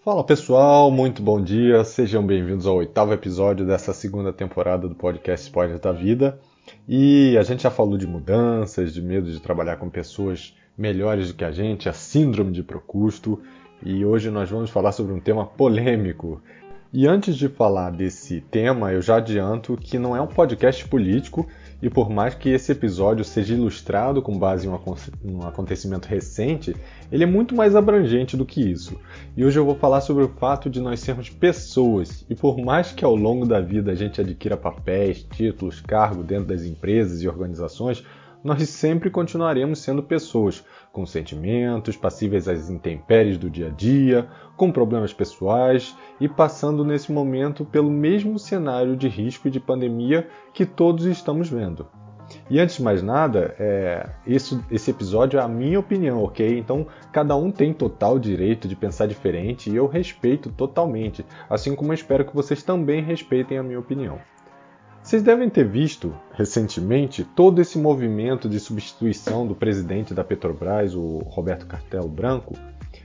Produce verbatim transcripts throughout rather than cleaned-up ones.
Fala pessoal, muito bom dia, sejam bem-vindos ao oitavo episódio dessa segunda temporada do podcast Spoilers da Vida. E a gente já falou de mudanças, de medo de trabalhar com pessoas melhores do que a gente, a síndrome de Procusto, e hoje nós vamos falar sobre um tema polêmico. E antes de falar desse tema, eu já adianto que não é um podcast político, e por mais que esse episódio seja ilustrado com base em um acontecimento recente, ele é muito mais abrangente do que isso. E hoje eu vou falar sobre o fato de nós sermos pessoas, e por mais que ao longo da vida a gente adquira papéis, títulos, cargos dentro das empresas e organizações, nós sempre continuaremos sendo pessoas, com sentimentos, passíveis às intempéries do dia a dia, com problemas pessoais e passando nesse momento pelo mesmo cenário de risco e de pandemia que todos estamos vendo. E antes de mais nada, é, isso, esse episódio é a minha opinião, ok? Então cada um tem total direito de pensar diferente e eu respeito totalmente, assim como eu espero que vocês também respeitem a minha opinião. Vocês devem ter visto, recentemente, todo esse movimento de substituição do presidente da Petrobras, o Roberto Castelo Branco,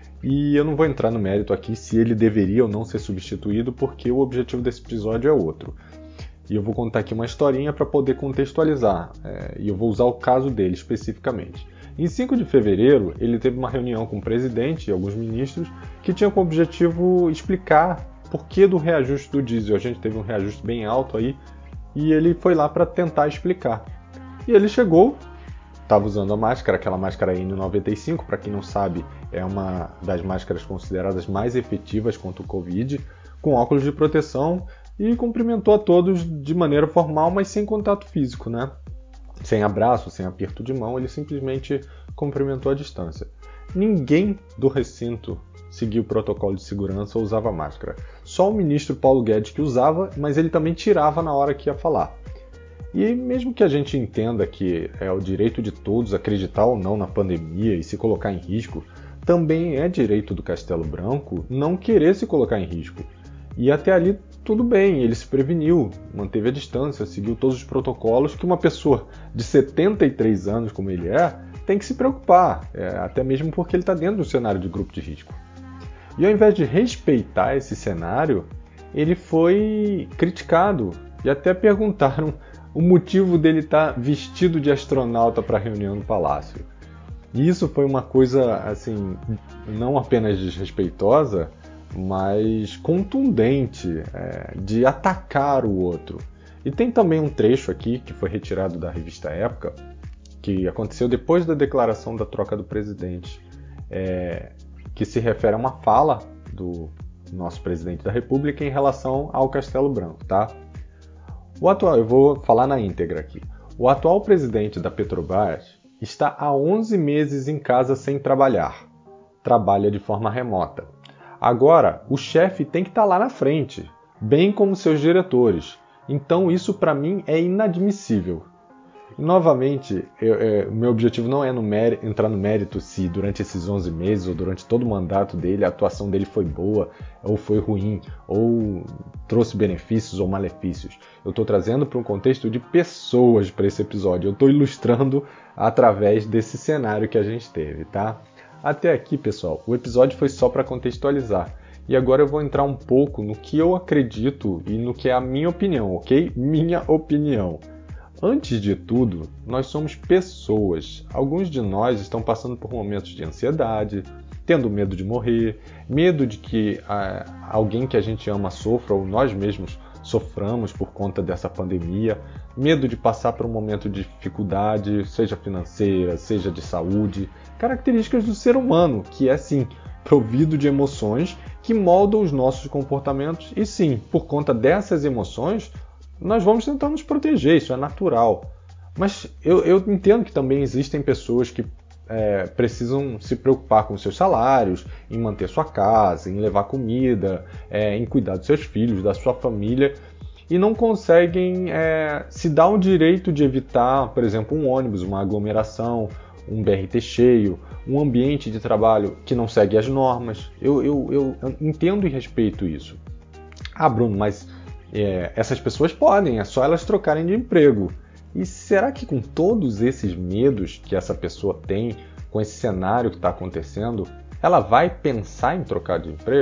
e eu não vou entrar no mérito aqui se ele deveria ou não ser substituído, porque o objetivo desse episódio é outro. E eu vou contar aqui uma historinha para poder contextualizar, é, e eu vou usar o caso dele especificamente. Em cinco de fevereiro, ele teve uma reunião com o presidente e alguns ministros que tinham como objetivo explicar por que do reajuste do diesel. A gente teve um reajuste bem alto aí, e ele foi lá para tentar explicar. E ele chegou, estava usando a máscara, aquela máscara N noventa e cinco, para quem não sabe, é uma das máscaras consideradas mais efetivas contra o Covid, com óculos de proteção, e cumprimentou a todos de maneira formal, mas sem contato físico, né? Sem abraço, sem aperto de mão, ele simplesmente cumprimentou à distância. Ninguém do recinto seguia o protocolo de segurança ou usava máscara. Só o ministro Paulo Guedes que usava, mas ele também tirava na hora que ia falar. E mesmo que a gente entenda que é o direito de todos acreditar ou não na pandemia e se colocar em risco, também é direito do Castelo Branco não querer se colocar em risco. E até ali tudo bem, ele se preveniu, manteve a distância, seguiu todos os protocolos que uma pessoa de setenta e três anos como ele é, tem que se preocupar, é, até mesmo porque ele está dentro do cenário de grupo de risco. E ao invés de respeitar esse cenário, ele foi criticado e até perguntaram o motivo dele estar vestido de astronauta para a reunião no palácio. E isso foi uma coisa, assim, não apenas desrespeitosa, mas contundente, é, de atacar o outro. E tem também um trecho aqui que foi retirado da revista Época, que aconteceu depois da declaração da troca do presidente, é, que se refere a uma fala do nosso presidente da República em relação ao Castelo Branco, tá? O atual, eu vou falar na íntegra aqui. O atual presidente da Petrobras está há onze meses em casa sem trabalhar. Trabalha de forma remota. Agora, o chefe tem que estar lá na frente, bem como seus diretores. Então isso para mim é inadmissível. E, novamente, eu, é, o meu objetivo não é no mérito, entrar no mérito se durante esses onze meses ou durante todo o mandato dele a atuação dele foi boa ou foi ruim, ou trouxe benefícios ou malefícios. Eu estou trazendo para um contexto de pessoas para esse episódio. Eu estou ilustrando através desse cenário que a gente teve, tá? Até aqui, pessoal, o episódio foi só para contextualizar. E agora eu vou entrar um pouco no que eu acredito e no que é a minha opinião, ok? Minha opinião. Antes de tudo, nós somos pessoas. Alguns de nós estão passando por momentos de ansiedade, tendo medo de morrer, medo de que ah, alguém que a gente ama sofra ou nós mesmos soframos por conta dessa pandemia, medo de passar por um momento de dificuldade, seja financeira, seja de saúde, características do ser humano, que é sim, provido de emoções que moldam os nossos comportamentos e sim, por conta dessas emoções, nós vamos tentar nos proteger, isso é natural. Mas eu, eu entendo que também existem pessoas que é, precisam se preocupar com seus salários, em manter sua casa, em levar comida, é, em cuidar dos seus filhos, da sua família, e não conseguem é, se dar o direito de evitar, por exemplo, um ônibus, uma aglomeração, um B R T cheio, um ambiente de trabalho que não segue as normas. Eu, eu, eu entendo e respeito isso. Ah, Bruno, mas É, essas pessoas podem, é só elas trocarem de emprego. E será que com todos esses medos que essa pessoa tem, com esse cenário que está acontecendo, ela vai pensar em trocar de emprego?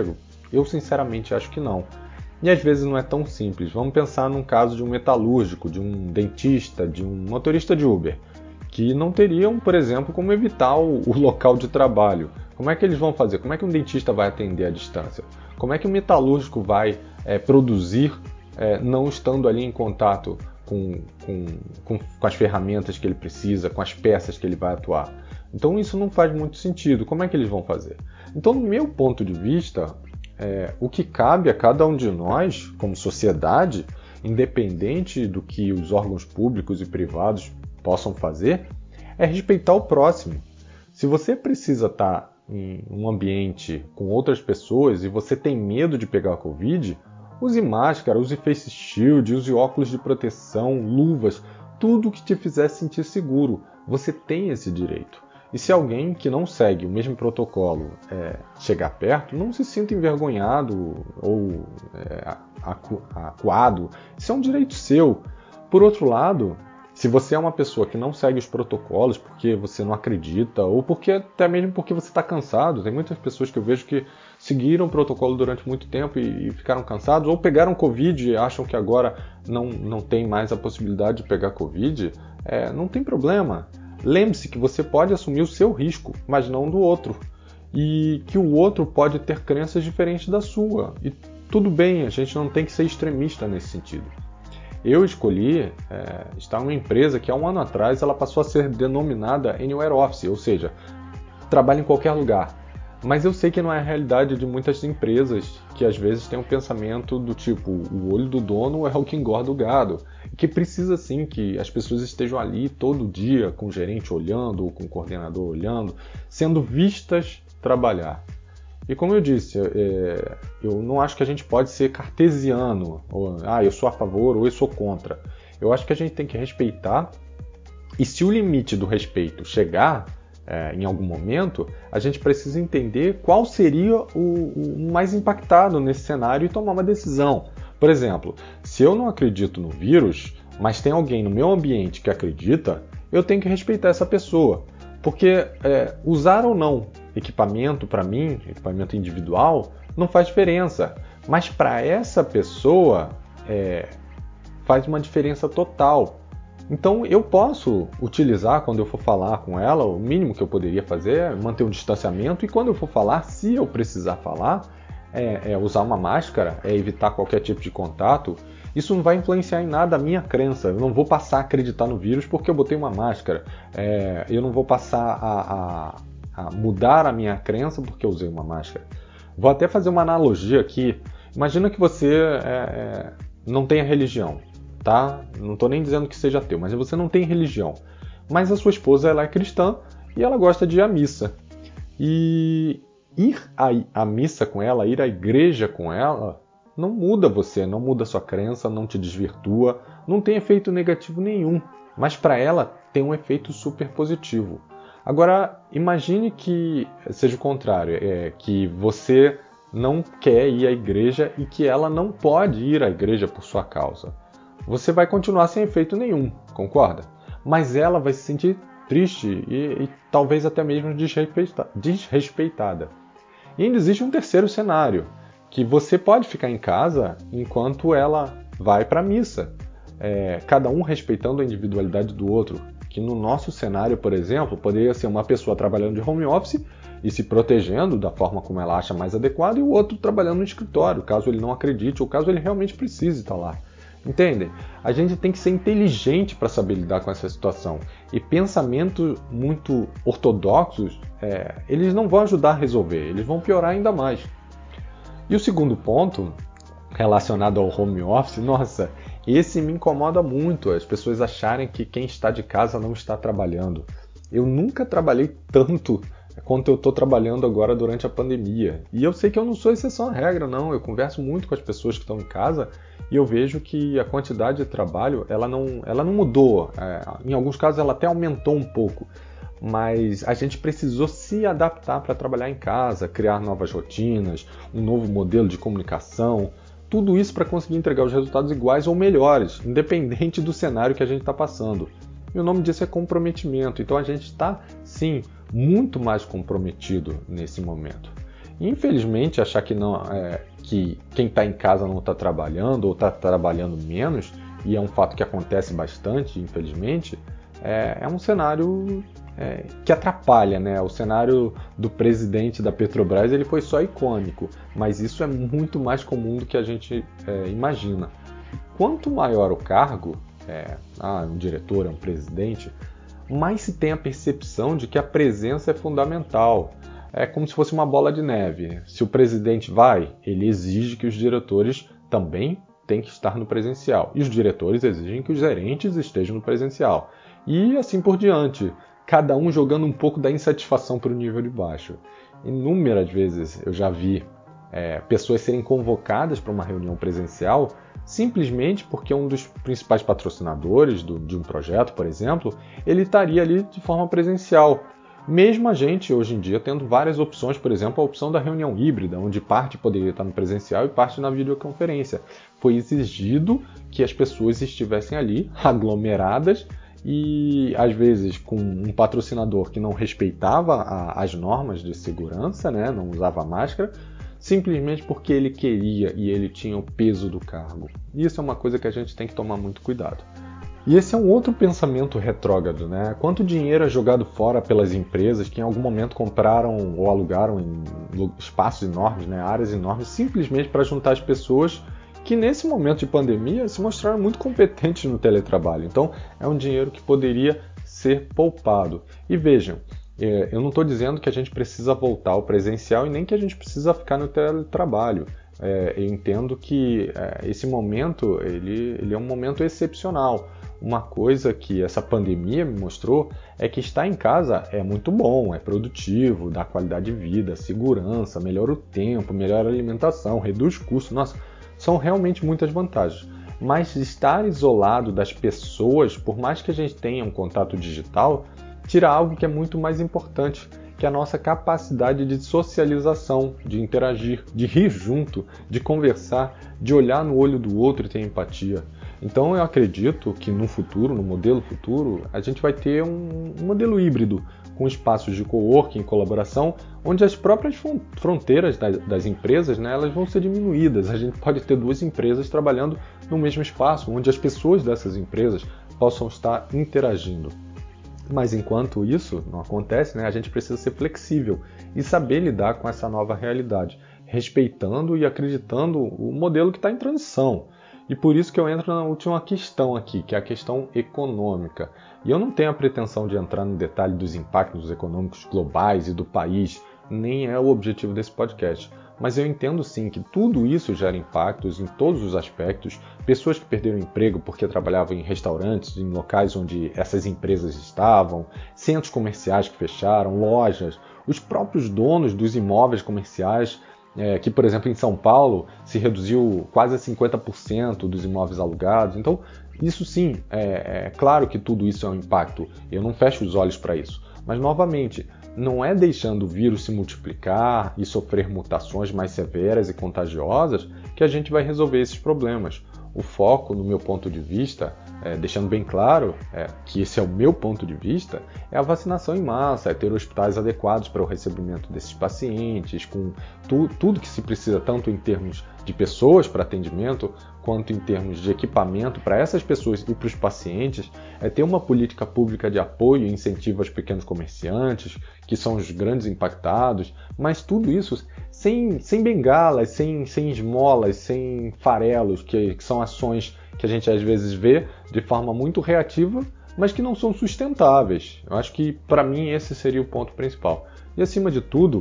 Eu sinceramente acho que não. E às vezes não é tão simples. Vamos pensar num caso de um metalúrgico, de um dentista, de um motorista de Uber, que não teriam, por exemplo, como evitar o, o local de trabalho. Como é que eles vão fazer? Como é que um dentista vai atender à distância? Como é que um metalúrgico vai é, produzir é, não estando ali em contato com, com, com, com as ferramentas que ele precisa, com as peças que ele vai atuar? Então isso não faz muito sentido. Como é que eles vão fazer? Então, no meu ponto de vista, é, o que cabe a cada um de nós, como sociedade, independente do que os órgãos públicos e privados possam fazer, é respeitar o próximo. Se você precisa estar em um ambiente com outras pessoas e você tem medo de pegar a Covid, use máscara, use face shield, use óculos de proteção, luvas, tudo que te fizer sentir seguro. Você tem esse direito. E se alguém que não segue o mesmo protocolo é, chegar perto, não se sinta envergonhado ou é, acu- acuado. Isso é um direito seu. Por outro lado, se você é uma pessoa que não segue os protocolos porque você não acredita ou porque até mesmo porque você está cansado, tem muitas pessoas que eu vejo que seguiram o protocolo durante muito tempo e, e ficaram cansados ou pegaram Covid e acham que agora não, não tem mais a possibilidade de pegar Covid, é, não tem problema. Lembre-se que você pode assumir o seu risco, mas não do outro. E que o outro pode ter crenças diferentes da sua. E tudo bem, a gente não tem que ser extremista nesse sentido. Eu escolhi é, estar em uma empresa que há um ano atrás ela passou a ser denominada Anywhere Office, ou seja, trabalha em qualquer lugar. Mas eu sei que não é a realidade de muitas empresas que às vezes têm um pensamento do tipo, o olho do dono é o que engorda o gado. Que precisa sim que as pessoas estejam ali todo dia com o gerente olhando ou com o coordenador olhando, sendo vistas trabalhar. E como eu disse, é, eu não acho que a gente pode ser cartesiano, ou ah, eu sou a favor ou eu sou contra. Eu acho que a gente tem que respeitar, e se o limite do respeito chegar é, em algum momento, a gente precisa entender qual seria o, o mais impactado nesse cenário e tomar uma decisão. Por exemplo, se eu não acredito no vírus, mas tem alguém no meu ambiente que acredita, eu tenho que respeitar essa pessoa. Porque é, usar ou não equipamento, para mim, equipamento individual, não faz diferença. Mas para essa pessoa, é, faz uma diferença total. Então eu posso utilizar, quando eu for falar com ela, o mínimo que eu poderia fazer é manter um distanciamento, e quando eu for falar, se eu precisar falar, é, é usar uma máscara, é evitar qualquer tipo de contato. Isso não vai influenciar em nada a minha crença. Eu não vou passar a acreditar no vírus porque eu botei uma máscara. É, eu não vou passar a, a, a mudar a minha crença porque eu usei uma máscara. Vou até fazer uma analogia aqui. Imagina que você é, é, não tenha religião, tá? Não estou nem dizendo que seja ateu, mas você não tem religião. Mas a sua esposa ela é cristã e ela gosta de ir à missa. E ir à, à missa com ela, ir à igreja com ela, não muda você, não muda sua crença, não te desvirtua, não tem efeito negativo nenhum. Mas para ela tem um efeito super positivo. Agora, imagine que seja o contrário, é, que você não quer ir à igreja e que ela não pode ir à igreja por sua causa. Você vai continuar sem efeito nenhum, concorda? Mas ela vai se sentir triste e, e talvez até mesmo desrespeita, desrespeitada. E ainda existe um terceiro cenário, que você pode ficar em casa enquanto ela vai para a missa, é, cada um respeitando a individualidade do outro, que no nosso cenário, por exemplo, poderia ser uma pessoa trabalhando de home office e se protegendo da forma como ela acha mais adequada, e o outro trabalhando no escritório, caso ele não acredite ou caso ele realmente precise estar lá. Entendem? A gente tem que ser inteligente para saber lidar com essa situação. E pensamentos muito ortodoxos, é, eles não vão ajudar a resolver, eles vão piorar ainda mais. E o segundo ponto, relacionado ao home office, nossa, esse me incomoda muito, as pessoas acharem que quem está de casa não está trabalhando. Eu nunca trabalhei tanto quanto eu estou trabalhando agora durante a pandemia. E eu sei que eu não sou exceção à regra, não. Eu converso muito com as pessoas que estão em casa e eu vejo que a quantidade de trabalho ela não, ela não mudou. É, em alguns casos ela até aumentou um pouco. Mas a gente precisou se adaptar para trabalhar em casa, criar novas rotinas, um novo modelo de comunicação, tudo isso para conseguir entregar os resultados iguais ou melhores, independente do cenário que a gente está passando. E o nome disso é comprometimento, então a gente está, sim, muito mais comprometido nesse momento. E, infelizmente, achar que, não, é, que quem está em casa não está trabalhando ou está trabalhando menos, e é um fato que acontece bastante, infelizmente, é, é um cenário é, que atrapalha, né? O cenário do presidente da Petrobras ele foi só icônico, mas isso é muito mais comum do que a gente é, imagina. Quanto maior o cargo, é, ah, um diretor, é um presidente, mais se tem a percepção de que a presença é fundamental. É como se fosse uma bola de neve. Se o presidente vai, ele exige que os diretores também têm que estar no presencial. E os diretores exigem que os gerentes estejam no presencial. E assim por diante. Cada um jogando um pouco da insatisfação para o nível de baixo. Inúmeras vezes eu já vi é, pessoas serem convocadas para uma reunião presencial simplesmente porque um dos principais patrocinadores do, de um projeto, por exemplo, ele estaria ali de forma presencial. Mesmo a gente, hoje em dia, tendo várias opções, por exemplo, a opção da reunião híbrida, onde parte poderia estar no presencial e parte na videoconferência. Foi exigido que as pessoas estivessem ali, aglomeradas, e às vezes com um patrocinador que não respeitava a, as normas de segurança, né, não usava máscara, simplesmente porque ele queria e ele tinha o peso do cargo. Isso é uma coisa que a gente tem que tomar muito cuidado. E esse é um outro pensamento retrógrado, né? Quanto dinheiro é jogado fora pelas empresas que em algum momento compraram ou alugaram em espaços enormes, né? Áreas enormes, simplesmente para juntar as pessoas que nesse momento de pandemia se mostraram muito competentes no teletrabalho. Então é um dinheiro que poderia ser poupado. E vejam, eu não estou dizendo que a gente precisa voltar ao presencial e nem que a gente precisa ficar no teletrabalho. É, eu entendo que é, esse momento ele, ele é um momento excepcional. Uma coisa que essa pandemia me mostrou é que estar em casa é muito bom, é produtivo, dá qualidade de vida, segurança, melhora o tempo, melhora a alimentação, reduz custo. Nossa, são realmente muitas vantagens. Mas estar isolado das pessoas, por mais que a gente tenha um contato digital, tira algo que é muito mais importante, que é a nossa capacidade de socialização, de interagir, de rir junto, de conversar, de olhar no olho do outro e ter empatia. Então eu acredito que no futuro, no modelo futuro, a gente vai ter um, um modelo híbrido, com espaços de coworking e colaboração, onde as próprias fronteiras das, das empresas, né, elas vão ser diminuídas. A gente pode ter duas empresas trabalhando no mesmo espaço, onde as pessoas dessas empresas possam estar interagindo. Mas enquanto isso não acontece, né, a gente precisa ser flexível e saber lidar com essa nova realidade, respeitando e acreditando o modelo que está em transição. E por isso que eu entro na última questão aqui, que é a questão econômica. E eu não tenho a pretensão de entrar no detalhe dos impactos econômicos globais e do país, nem é o objetivo desse podcast. Mas eu entendo sim que tudo isso gera impactos em todos os aspectos. Pessoas que perderam emprego porque trabalhavam em restaurantes, em locais onde essas empresas estavam, centros comerciais que fecharam, lojas, os próprios donos dos imóveis comerciais, é, que, por exemplo, em São Paulo se reduziu quase a cinquenta por cento dos imóveis alugados. Então, isso sim, é, é claro que tudo isso é um impacto. Eu não fecho os olhos para isso. Mas, novamente, não é deixando o vírus se multiplicar e sofrer mutações mais severas e contagiosas que a gente vai resolver esses problemas. O foco, no meu ponto de vista, é, deixando bem claro é, que esse é o meu ponto de vista, é a vacinação em massa, é ter hospitais adequados para o recebimento desses pacientes, com tu, tudo que se precisa, tanto em termos de pessoas para atendimento, quanto em termos de equipamento para essas pessoas e para os pacientes, é ter uma política pública de apoio e incentivo aos pequenos comerciantes, que são os grandes impactados, mas tudo isso sem, sem bengalas, sem, sem esmolas, sem farelos, que, que são ações que a gente às vezes vê de forma muito reativa, mas que não são sustentáveis. Eu acho que, para mim, esse seria o ponto principal. E, acima de tudo,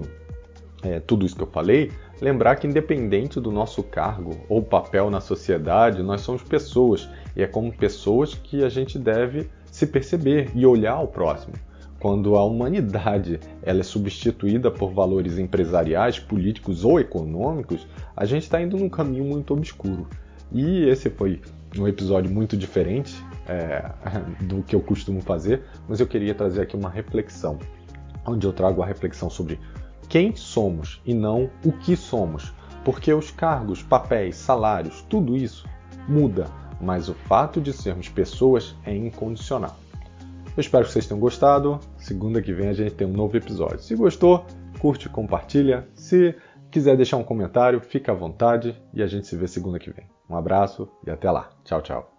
é, tudo isso que eu falei, lembrar que, independente do nosso cargo ou papel na sociedade, nós somos pessoas, e é como pessoas que a gente deve se perceber e olhar ao próximo. Quando a humanidade ela é substituída por valores empresariais, políticos ou econômicos, a gente está indo num caminho muito obscuro. E esse foi um episódio muito diferente é, do que eu costumo fazer, mas eu queria trazer aqui uma reflexão, onde eu trago a reflexão sobre quem somos e não o que somos, porque os cargos, papéis, salários, tudo isso muda, mas o fato de sermos pessoas é incondicional. Eu espero que vocês tenham gostado. Segunda que vem a gente tem um novo episódio. Se gostou, curte, compartilha. Se Quiser deixar um comentário, fica à vontade e a gente se vê segunda que vem. Um abraço e até lá. Tchau, tchau.